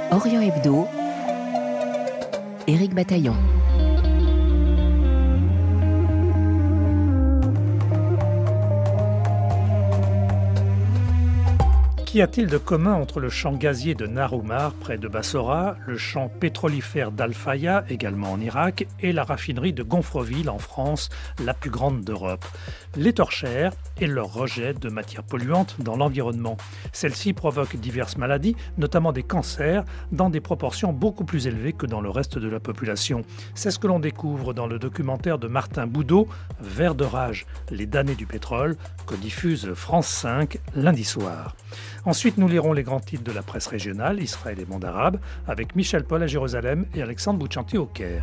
Orient Hebdo, Éric Bataillon. Qu'y a-t-il de commun entre le champ gazier de Narumar, près de Bassora, le champ pétrolifère d'Al-Faya, également en Irak, et la raffinerie de Gonfreville, en France, la plus grande d'Europe? Les torchères et leur rejet de matières polluantes dans l'environnement. Celles-ci provoquent diverses maladies, notamment des cancers, dans des proportions beaucoup plus élevées que dans le reste de la population. C'est ce que l'on découvre dans le documentaire de Martin Boudot, Vert de rage, les damnés du pétrole, que diffuse France 5 lundi soir. Ensuite, nous lirons les grands titres de la presse régionale, Israël et monde arabe, avec Michel Paul à Jérusalem et Alexandre Bouchanti au Caire.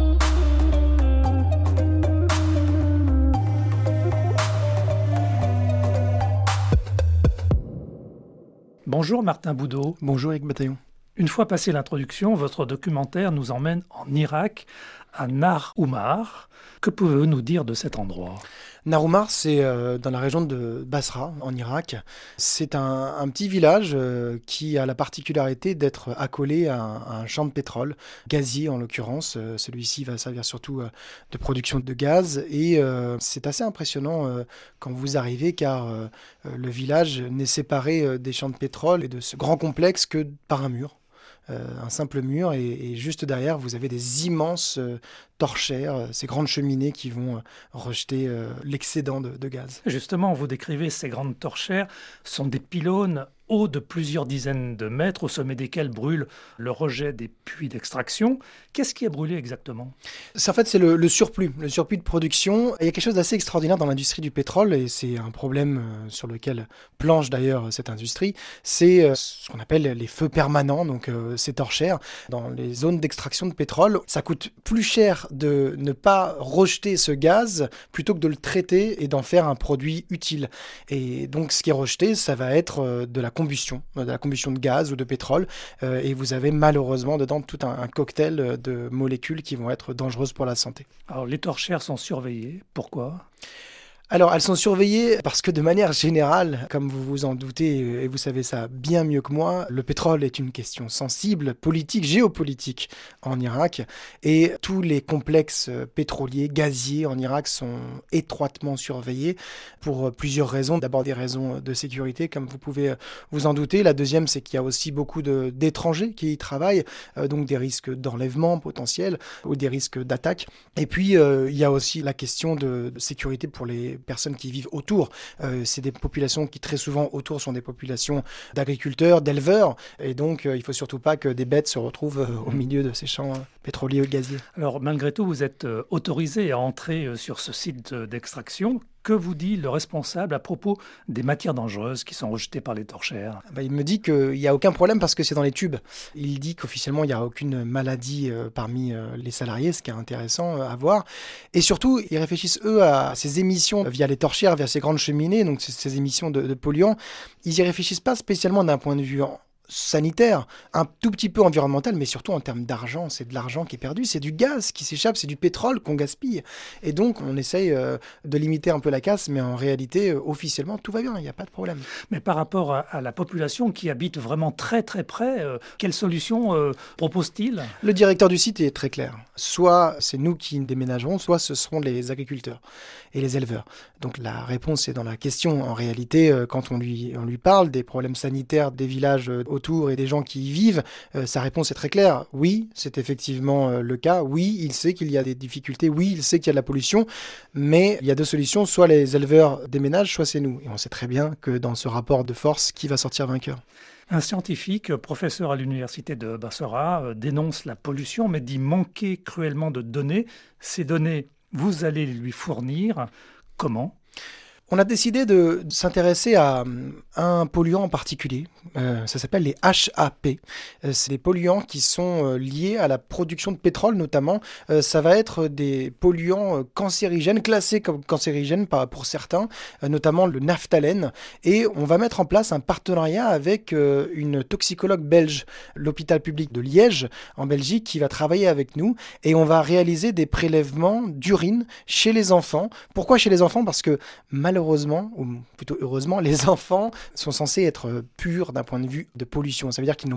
Bonjour Martin Boudot. Bonjour Éric Bataillon. Une fois passé l'introduction, votre documentaire nous emmène en Irak, à Narumar. Que pouvez-vous nous dire de cet endroit ? Narumar, c'est dans la région de Basra, en Irak. C'est un petit village qui a la particularité d'être accolé à un champ de pétrole, gazier en l'occurrence. Celui-ci va servir surtout de production de gaz. Et c'est assez impressionnant quand vous arrivez, car le village n'est séparé des champs de pétrole et de ce grand complexe que par un mur. Un simple mur, et juste derrière, vous avez des immenses torchères, ces grandes cheminées qui vont rejeter l'excédent de gaz. Justement, vous décrivez ces grandes torchères, ce sont des pylônes hauts de plusieurs dizaines de mètres, au sommet desquels brûle le rejet des puits d'extraction. Qu'est-ce qui a brûlé exactement ? En fait, c'est le surplus de production. Et il y a quelque chose d'assez extraordinaire dans l'industrie du pétrole, et c'est un problème sur lequel planche d'ailleurs cette industrie, c'est ce qu'on appelle les feux permanents, donc ces torchères. Dans les zones d'extraction de pétrole, ça coûte plus cher de ne pas rejeter ce gaz plutôt que de le traiter et d'en faire un produit utile. Et donc, ce qui est rejeté, ça va être de la combustion de gaz ou de pétrole, et vous avez malheureusement dedans tout un cocktail de molécules qui vont être dangereuses pour la santé. Alors les torchères sont surveillées, pourquoi ? Alors, elles sont surveillées parce que de manière générale, comme vous vous en doutez, et vous savez ça bien mieux que moi, le pétrole est une question sensible, politique, géopolitique en Irak, et tous les complexes pétroliers, gaziers en Irak sont étroitement surveillés pour plusieurs raisons. D'abord des raisons de sécurité, comme vous pouvez vous en douter. La deuxième, c'est qu'il y a aussi beaucoup d'étrangers qui y travaillent, donc des risques d'enlèvement potentiels ou des risques d'attaque. Et puis, il y a aussi la question de sécurité pour les personnes qui vivent autour. C'est des populations qui très souvent autour sont des populations d'agriculteurs, d'éleveurs, et donc il ne faut surtout pas que des bêtes se retrouvent au milieu de ces champs pétroliers ou gaziers. Alors malgré tout, vous êtes autorisé à entrer sur ce site d'extraction. Que vous dit le responsable à propos des matières dangereuses qui sont rejetées par les torchères ? Il me dit qu'il n'y a aucun problème parce que c'est dans les tubes. Il dit qu'officiellement, il n'y a aucune maladie parmi les salariés, ce qui est intéressant à voir. Et surtout, ils réfléchissent, eux, à ces émissions via les torchères, via ces grandes cheminées, donc ces émissions de polluants. Ils n'y réfléchissent pas spécialement d'un point de vue sanitaire, un tout petit peu environnemental, mais surtout en termes d'argent. C'est de l'argent qui est perdu, c'est du gaz qui s'échappe, c'est du pétrole qu'on gaspille. Et donc, on essaye de limiter un peu la casse, mais en réalité, officiellement, tout va bien, il n'y a pas de problème. Mais par rapport à la population qui habite vraiment très très près, quelle solution propose-t-il ? Le directeur du site est très clair. Soit c'est nous qui déménagerons, soit ce seront les agriculteurs et les éleveurs. Donc la réponse est dans la question. En réalité, quand on lui parle des problèmes sanitaires des villages autour et des gens qui y vivent, sa réponse est très claire. Oui, c'est effectivement le cas. Oui, il sait qu'il y a des difficultés. Oui, il sait qu'il y a de la pollution. Mais il y a deux solutions. Soit les éleveurs déménagent, soit c'est nous. Et on sait très bien que dans ce rapport de force, qui va sortir vainqueur ? Un scientifique, professeur à l'université de Bassora, dénonce la pollution, mais dit manquer cruellement de données. Ces données, vous allez les lui fournir. Comment ? On a décidé de s'intéresser à un polluant en particulier. Ça s'appelle les HAP. C'est des polluants qui sont liés à la production de pétrole notamment. Ça va être des polluants cancérigènes, classés comme cancérigènes pour certains, notamment le naphthalène. Et on va mettre en place un partenariat avec une toxicologue belge, l'hôpital public de Liège, en Belgique, qui va travailler avec nous. Et on va réaliser des prélèvements d'urine chez les enfants. Pourquoi chez les enfants ? Parce que malheureusement, malheureusement, ou plutôt heureusement, les enfants sont censés être purs d'un point de vue de pollution. Ça veut dire qu'ils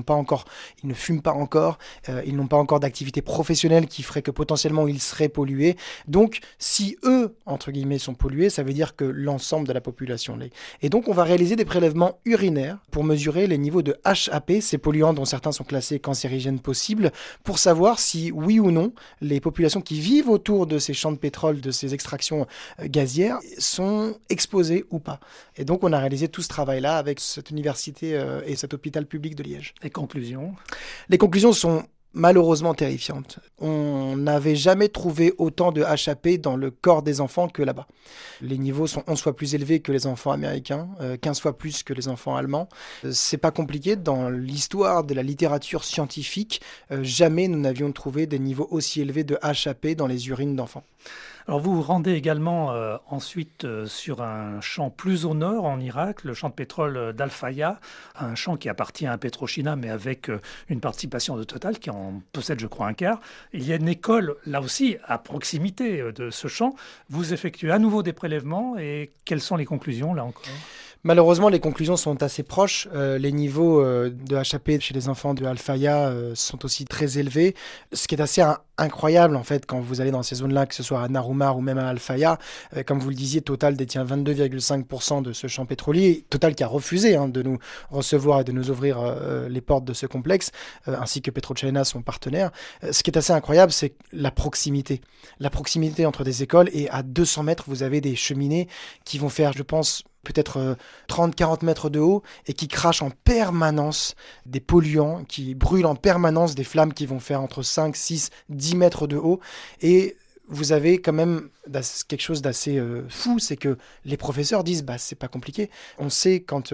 ne fument pas encore, ils n'ont pas encore d'activité professionnelle qui ferait que potentiellement ils seraient pollués. Donc, si eux, entre guillemets, sont pollués, ça veut dire que l'ensemble de la population l'est. Et donc, on va réaliser des prélèvements urinaires pour mesurer les niveaux de HAP, ces polluants dont certains sont classés cancérigènes possibles, pour savoir si, oui ou non, les populations qui vivent autour de ces champs de pétrole, de ces extractions gazières, sont exposées ou pas. Et donc, on a réalisé tout ce travail-là avec cette université et cet hôpital public de Liège. Les conclusions? Les conclusions sont malheureusement terrifiante. On n'avait jamais trouvé autant de HAP dans le corps des enfants que là-bas. Les niveaux sont 11 fois plus élevés que les enfants américains, 15 fois plus que les enfants allemands. C'est pas compliqué, dans l'histoire de la littérature scientifique, jamais nous n'avions trouvé des niveaux aussi élevés de HAP dans les urines d'enfants. Alors vous vous rendez également ensuite sur un champ plus au nord en Irak, le champ de pétrole d'Al-Faya, un champ qui appartient à Petrochina mais avec une participation de Total qui en possède je crois un quart. Il y a une école là aussi à proximité de ce champ. Vous effectuez à nouveau des prélèvements et quelles sont les conclusions là encore ? Malheureusement, les conclusions sont assez proches. Les niveaux de HAP chez les enfants de Al-Faya sont aussi très élevés. Ce qui est assez incroyable, en fait, quand vous allez dans ces zones-là, que ce soit à Narumar ou même à Al-Faya. Comme vous le disiez, Total détient 22,5% de ce champ pétrolier. Total qui a refusé de nous recevoir et de nous ouvrir les portes de ce complexe, ainsi que PetroChina, son partenaire. Ce qui est assez incroyable, c'est la proximité. La proximité entre des écoles, et à 200 mètres, vous avez des cheminées qui vont faire, je pense, peut-être 30-40 mètres de haut et qui crachent en permanence des polluants, qui brûlent en permanence des flammes qui vont faire entre 5, 6, 10 mètres de haut. Et vous avez quand même quelque chose d'assez fou, c'est que les professeurs disent c'est pas compliqué. On sait quand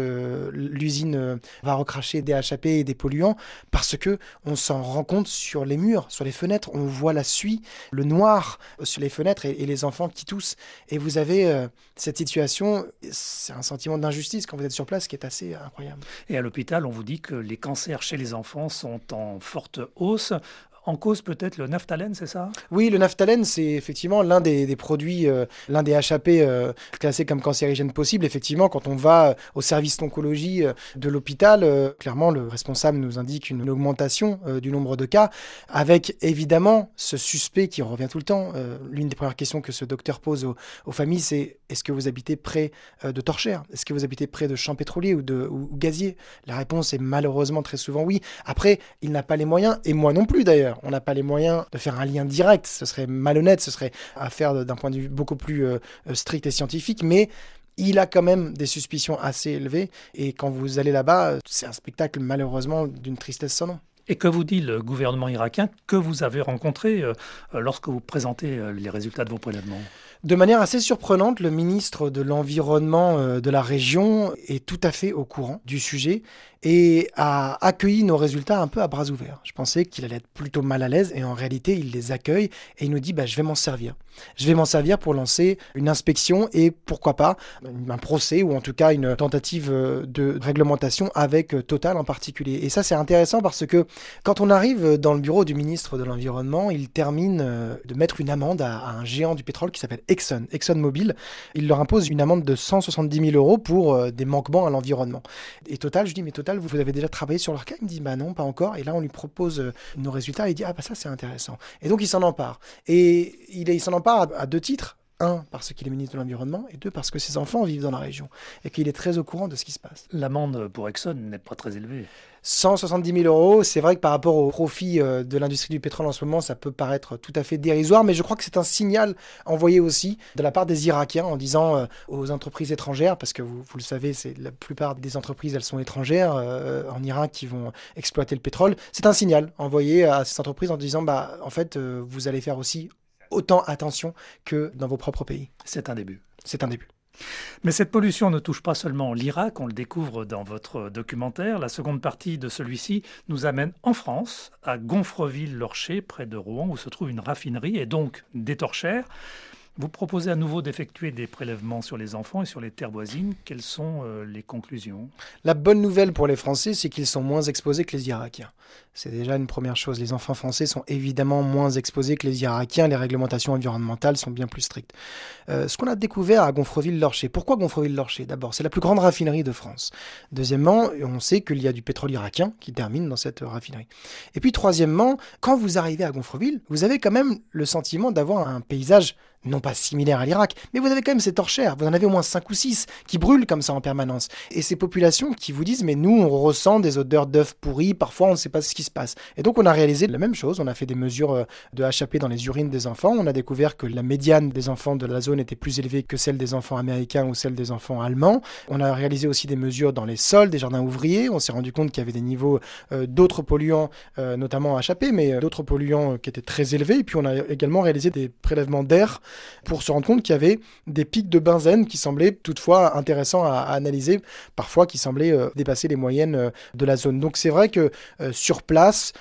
l'usine va recracher des HAP et des polluants parce que on s'en rend compte sur les murs, sur les fenêtres. On voit la suie, le noir sur les fenêtres et les enfants qui toussent. Et vous avez cette situation, c'est un sentiment d'injustice quand vous êtes sur place qui est assez incroyable. Et à l'hôpital, on vous dit que les cancers chez les enfants sont en forte hausse. En cause peut-être le naphtalène, c'est ça ? Oui, le naphtalène, c'est effectivement l'un des produits, l'un des HAP classés comme cancérigènes possibles. Effectivement, quand on va au service d'oncologie de l'hôpital, clairement, le responsable nous indique une augmentation du nombre de cas, avec évidemment ce suspect qui revient tout le temps. L'une des premières questions que ce docteur pose aux familles, c'est est-ce que vous habitez près de torchères ? Est-ce que vous habitez près de champs pétroliers ou gaziers ? La réponse est malheureusement très souvent oui. Après, il n'a pas les moyens, et moi non plus d'ailleurs. On n'a pas les moyens de faire un lien direct, ce serait malhonnête, ce serait à faire d'un point de vue beaucoup plus strict et scientifique, mais il a quand même des suspicions assez élevées, et quand vous allez là-bas, c'est un spectacle malheureusement d'une tristesse sans nom. Et que vous dit le gouvernement irakien que vous avez rencontré lorsque vous présentez les résultats de vos prélèvements ? De manière assez surprenante, le ministre de l'Environnement de la région est tout à fait au courant du sujet et a accueilli nos résultats un peu à bras ouverts. Je pensais qu'il allait être plutôt mal à l'aise et en réalité, il les accueille et il nous dit je vais m'en servir. Je vais m'en servir pour lancer une inspection et pourquoi pas un procès ou en tout cas une tentative de réglementation avec Total en particulier. Et ça, c'est intéressant parce que quand on arrive dans le bureau du ministre de l'Environnement, il termine de mettre une amende à un géant du pétrole qui s'appelle ExxonMobil. Il leur impose une amende de 170 000 € pour des manquements à l'environnement. Et Total, je dis, mais Total, vous avez déjà travaillé sur leur cas ? Il me dit, non, pas encore. Et là, on lui propose nos résultats et il dit, ça, c'est intéressant. Et donc, il s'en empare. Et il s'en empare à deux titres. Un, parce qu'il est ministre de l'Environnement, et deux, parce que ses enfants vivent dans la région, et qu'il est très au courant de ce qui se passe. L'amende pour Exxon n'est pas très élevée. 170 000 €, c'est vrai que par rapport au profit de l'industrie du pétrole en ce moment, ça peut paraître tout à fait dérisoire, mais je crois que c'est un signal envoyé aussi de la part des Irakiens en disant aux entreprises étrangères, parce que vous le savez, c'est la plupart des entreprises, elles sont étrangères en Irak qui vont exploiter le pétrole. C'est un signal envoyé à ces entreprises en disant, en fait, vous allez faire aussi autant attention que dans vos propres pays. C'est un début. C'est un début. Mais cette pollution ne touche pas seulement l'Irak, on le découvre dans votre documentaire. La seconde partie de celui-ci nous amène en France, à Gonfreville-Lorcher, près de Rouen, où se trouve une raffinerie et donc des torchères. Vous proposez à nouveau d'effectuer des prélèvements sur les enfants et sur les terres voisines. Quelles sont les conclusions ? La bonne nouvelle pour les Français, c'est qu'ils sont moins exposés que les Irakiens. C'est déjà une première chose. Les enfants français sont évidemment moins exposés que les Irakiens. Les réglementations environnementales sont bien plus strictes. Ce qu'on a découvert à Gonfreville-Lorcher. Pourquoi Gonfreville-Lorcher ? D'abord, c'est la plus grande raffinerie de France. Deuxièmement, on sait qu'il y a du pétrole irakien qui termine dans cette raffinerie. Et puis troisièmement, quand vous arrivez à Gonfreville, vous avez quand même le sentiment d'avoir un paysage non pas similaire à l'Irak, mais vous avez quand même ces torchères, vous en avez au moins 5 ou 6 qui brûlent comme ça en permanence. Et ces populations qui vous disent, mais nous on ressent des odeurs d'œufs pourris, parfois on ne sait pas ce qui se passe. Et donc on a réalisé la même chose, on a fait des mesures de HAP dans les urines des enfants, on a découvert que la médiane des enfants de la zone était plus élevée que celle des enfants américains ou celle des enfants allemands. On a réalisé aussi des mesures dans les sols des jardins ouvriers, on s'est rendu compte qu'il y avait des niveaux d'autres polluants, notamment HAP, mais d'autres polluants qui étaient très élevés. Et puis on a également réalisé des prélèvements d'air pour se rendre compte qu'il y avait des pics de benzène qui semblaient toutefois intéressants à analyser, parfois qui semblaient dépasser les moyennes de la zone. Donc c'est vrai que sur place,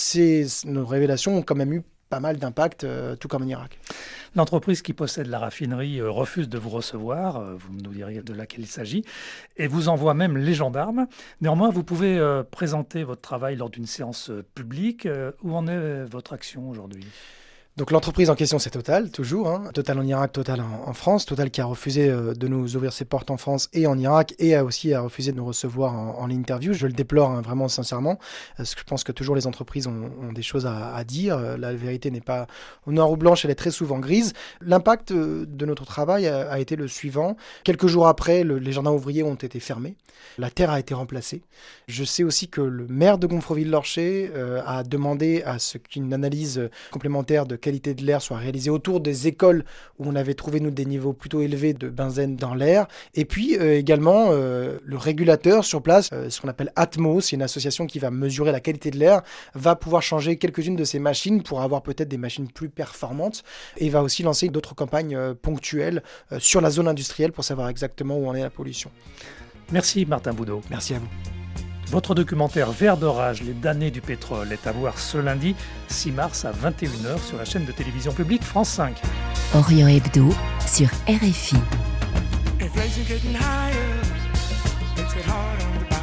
nos révélations ont quand même eu pas mal d'impact, tout comme en Irak. L'entreprise qui possède la raffinerie refuse de vous recevoir, vous nous direz de laquelle il s'agit, et vous envoie même les gendarmes. Néanmoins, vous pouvez présenter votre travail lors d'une séance publique. Où en est votre action aujourd'hui ? Donc l'entreprise en question, c'est Total, toujours. Total en Irak, Total en France. Total qui a refusé de nous ouvrir ses portes en France et en Irak, et a aussi refusé de nous recevoir en interview. Je le déplore vraiment sincèrement, parce que je pense que toujours les entreprises ont des choses à dire. La vérité n'est pas noire ou blanche, elle est très souvent grise. L'impact de notre travail a été le suivant. Quelques jours après, les jardins ouvriers ont été fermés. La terre a été remplacée. Je sais aussi que le maire de Gonfreville-Lorcher a demandé à ce qu'une analyse complémentaire de qualité de l'air soit réalisée autour des écoles où on avait trouvé, nous, des niveaux plutôt élevés de benzène dans l'air. Et puis également, le régulateur sur place, ce qu'on appelle Atmos, c'est une association qui va mesurer la qualité de l'air, va pouvoir changer quelques-unes de ces machines pour avoir peut-être des machines plus performantes, et va aussi lancer d'autres campagnes ponctuelles sur la zone industrielle pour savoir exactement où en est la pollution. Merci Martin Boudot. Merci à vous. Votre documentaire Vert d'orage, les damnés du pétrole est à voir ce lundi 6 mars à 21h sur la chaîne de télévision publique France 5. Orient Hebdo sur RFI. Inflation getting higher, makes it hard on the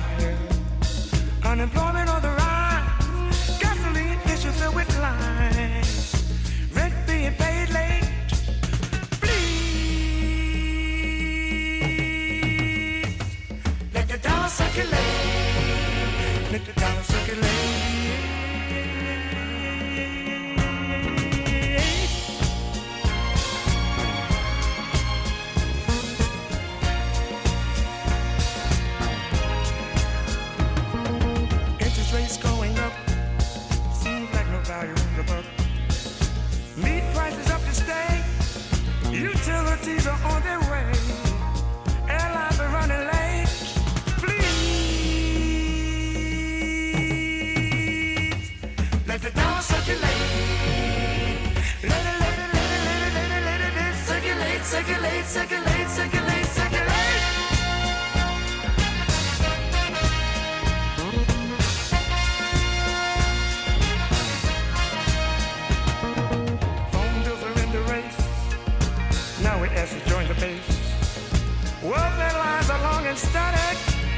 buyer. Unemployment on the rise, gasoline issues filled with lines, rent being paid late. Please, let the dollar circulate. Let the dollar circulate. Interest rates going up. Seems like no value in the buck. Meat prices up to stay. Utilities are on their way. Airlines are running late. Let the dollar circulate. Let it circulate, circulate, circulate, circulate, circulate. Phone bills are in the race. Now it has to join the base. Welfare lines are long and static.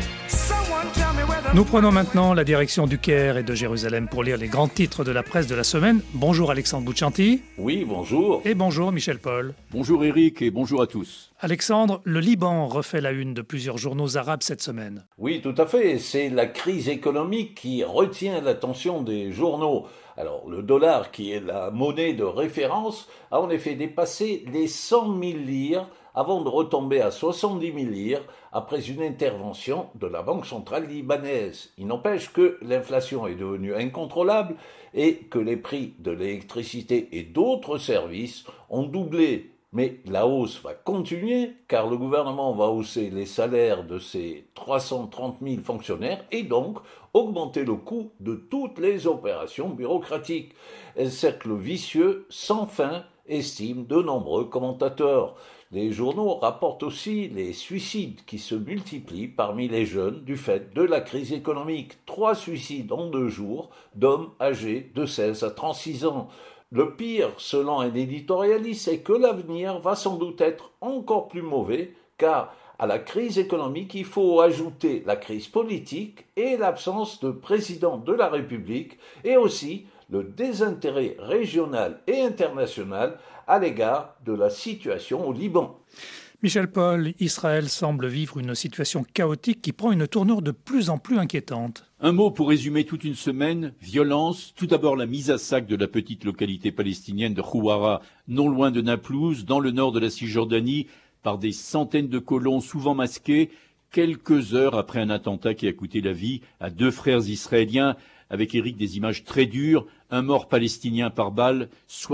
Nous prenons maintenant la direction du Caire et de Jérusalem pour lire les grands titres de la presse de la semaine. Bonjour Alexandre Bouchanti. Oui, bonjour. Et bonjour Michel Paul. Bonjour Eric et bonjour à tous. Alexandre, le Liban refait la une de plusieurs journaux arabes cette semaine. Oui, tout à fait. C'est la crise économique qui retient l'attention des journaux. Alors, le dollar, qui est la monnaie de référence, a en effet dépassé les 100 000 lires avant de retomber à 70 000 lires après une intervention de la Banque centrale libanaise. Il n'empêche que l'inflation est devenue incontrôlable et que les prix de l'électricité et d'autres services ont doublé. Mais la hausse va continuer car le gouvernement va hausser les salaires de ses 330 000 fonctionnaires et donc augmenter le coût de toutes les opérations bureaucratiques. Un cercle vicieux sans fin, estiment de nombreux commentateurs. Les journaux rapportent aussi les suicides qui se multiplient parmi les jeunes du fait de la crise économique. 3 suicides en 2 jours d'hommes âgés de 16 à 36 ans. Le pire, selon un éditorialiste, c'est que l'avenir va sans doute être encore plus mauvais, car à la crise économique, il faut ajouter la crise politique et l'absence de président de la République, et aussi le désintérêt régional et international à l'égard de la situation au Liban. Michel Paul, Israël semble vivre une situation chaotique qui prend une tournure de plus en plus inquiétante. Un mot pour résumer toute une semaine, violence. Tout d'abord la mise à sac de la petite localité palestinienne de Khouara, non loin de Naplouse, dans le nord de la Cisjordanie, par des centaines de colons souvent masqués, quelques heures après un attentat qui a coûté la vie à 2 frères israéliens, avec Eric des images très dures, un mort palestinien par balle,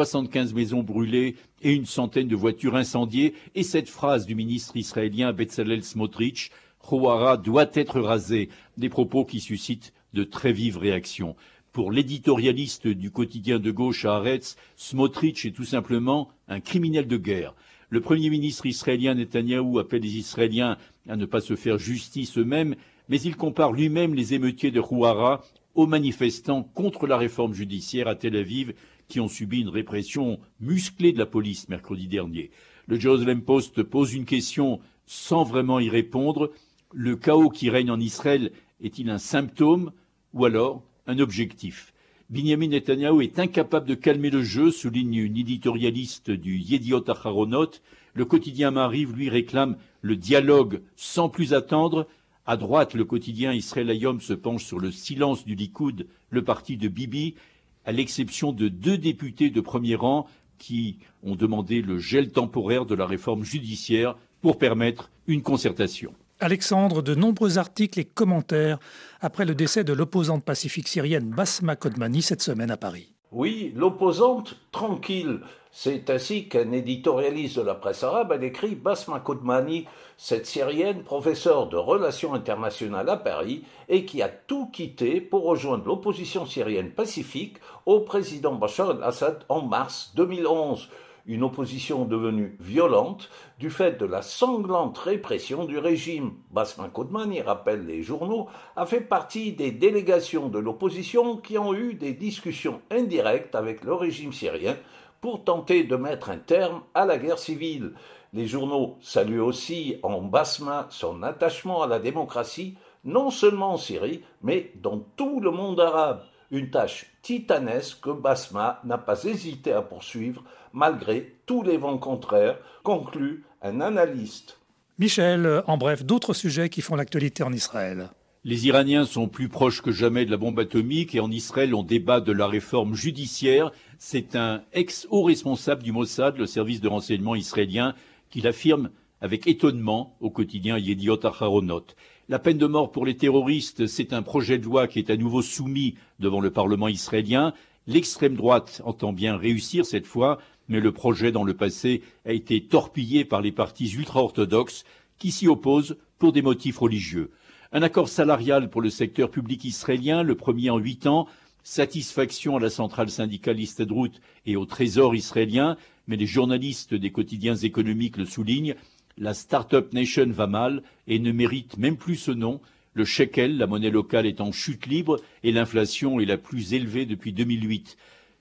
75 maisons brûlées et une centaine de voitures incendiées, et cette phrase du ministre israélien Bezalel Smotrich, Khouara doit être rasé, des propos qui suscitent de très vives réactions. Pour l'éditorialiste du quotidien de gauche Haaretz, Smotrich est tout simplement un criminel de guerre. Le Premier ministre israélien Netanyahou appelle les Israéliens à ne pas se faire justice eux-mêmes, mais il compare lui-même les émeutiers de Khouara aux manifestants contre la réforme judiciaire à Tel Aviv qui ont subi une répression musclée de la police mercredi dernier. Le Jerusalem Post pose une question sans vraiment y répondre. Le chaos qui règne en Israël est-il un symptôme ou alors un objectif ? Binyamin Netanyahou est incapable de calmer le jeu, souligne une éditorialiste du Yediot Aharonot. Le quotidien Maariv, lui, réclame le dialogue sans plus attendre. À droite, le quotidien Israël Hayom se penche sur le silence du Likoud, le parti de Bibi, à l'exception de 2 députés de premier rang qui ont demandé le gel temporaire de la réforme judiciaire pour permettre une concertation. Alexandre, de nombreux articles et commentaires après le décès de l'opposante pacifique syrienne Basma Kodmani cette semaine à Paris. Oui, l'opposante tranquille. C'est ainsi qu'un éditorialiste de la presse arabe a décrit Basma Kodmani, cette Syrienne professeure de relations internationales à Paris et qui a tout quitté pour rejoindre l'opposition syrienne pacifique au président Bachar el-Assad en mars 2011. Une opposition devenue violente du fait de la sanglante répression du régime. Basma Kodmani, rappelle les journaux, a fait partie des délégations de l'opposition qui ont eu des discussions indirectes avec le régime syrien pour tenter de mettre un terme à la guerre civile. Les journaux saluent aussi en Basma son attachement à la démocratie, non seulement en Syrie, mais dans tout le monde arabe. Une tâche titanesque que Basma n'a pas hésité à poursuivre malgré tous les vents contraires, conclut un analyste. Michel, en bref, d'autres sujets qui font l'actualité en Israël. Les Iraniens sont plus proches que jamais de la bombe atomique et en Israël, on débat de la réforme judiciaire. C'est un ex-haut responsable du Mossad, le service de renseignement israélien, qui l'affirme avec étonnement au quotidien Yediot Aharonot. La peine de mort pour les terroristes, c'est un projet de loi qui est à nouveau soumis devant le Parlement israélien. L'extrême droite entend bien réussir cette fois, mais le projet dans le passé a été torpillé par les partis ultra-orthodoxes qui s'y opposent pour des motifs religieux. Un accord salarial pour le secteur public israélien, le premier en 8 ans, satisfaction à la centrale syndicale Histadrut et au Trésor israélien, mais les journalistes des quotidiens économiques le soulignent, la Startup Nation va mal et ne mérite même plus ce nom. Le shekel, la monnaie locale, est en chute libre et l'inflation est la plus élevée depuis 2008.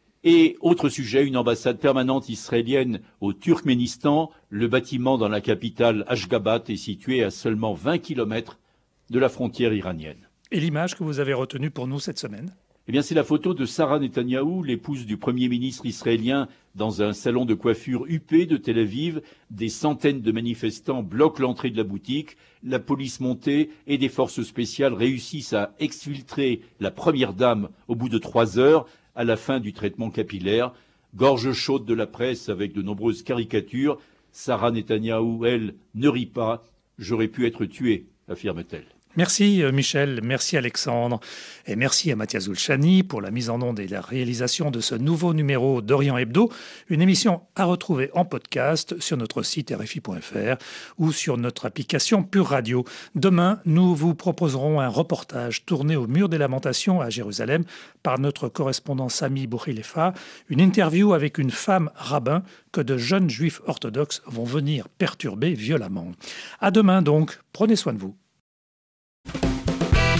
Et autre sujet, une ambassade permanente israélienne au Turkménistan. Le bâtiment dans la capitale Ashgabat est situé à seulement 20 km de la frontière iranienne. Et l'image que vous avez retenue pour nous cette semaine ? Eh bien, c'est la photo de Sarah Netanyahou, l'épouse du Premier ministre israélien, dans un salon de coiffure huppé de Tel Aviv. Des centaines de manifestants bloquent l'entrée de la boutique. La police montée et des forces spéciales réussissent à exfiltrer la première dame au bout de 3 heures, à la fin du traitement capillaire. Gorge chaude de la presse avec de nombreuses caricatures. Sarah Netanyahou, elle, ne rit pas. « J'aurais pu être tuée », affirme-t-elle. Merci Michel, merci Alexandre et merci à Mathias Zulchani pour la mise en onde et la réalisation de ce nouveau numéro d'Orient Hebdo, une émission à retrouver en podcast sur notre site rfi.fr ou sur notre application Pure Radio. Demain, nous vous proposerons un reportage tourné au Mur des Lamentations à Jérusalem par notre correspondant Sami Bouhilefa, une interview avec une femme rabbin que de jeunes juifs orthodoxes vont venir perturber violemment. À demain donc, prenez soin de vous.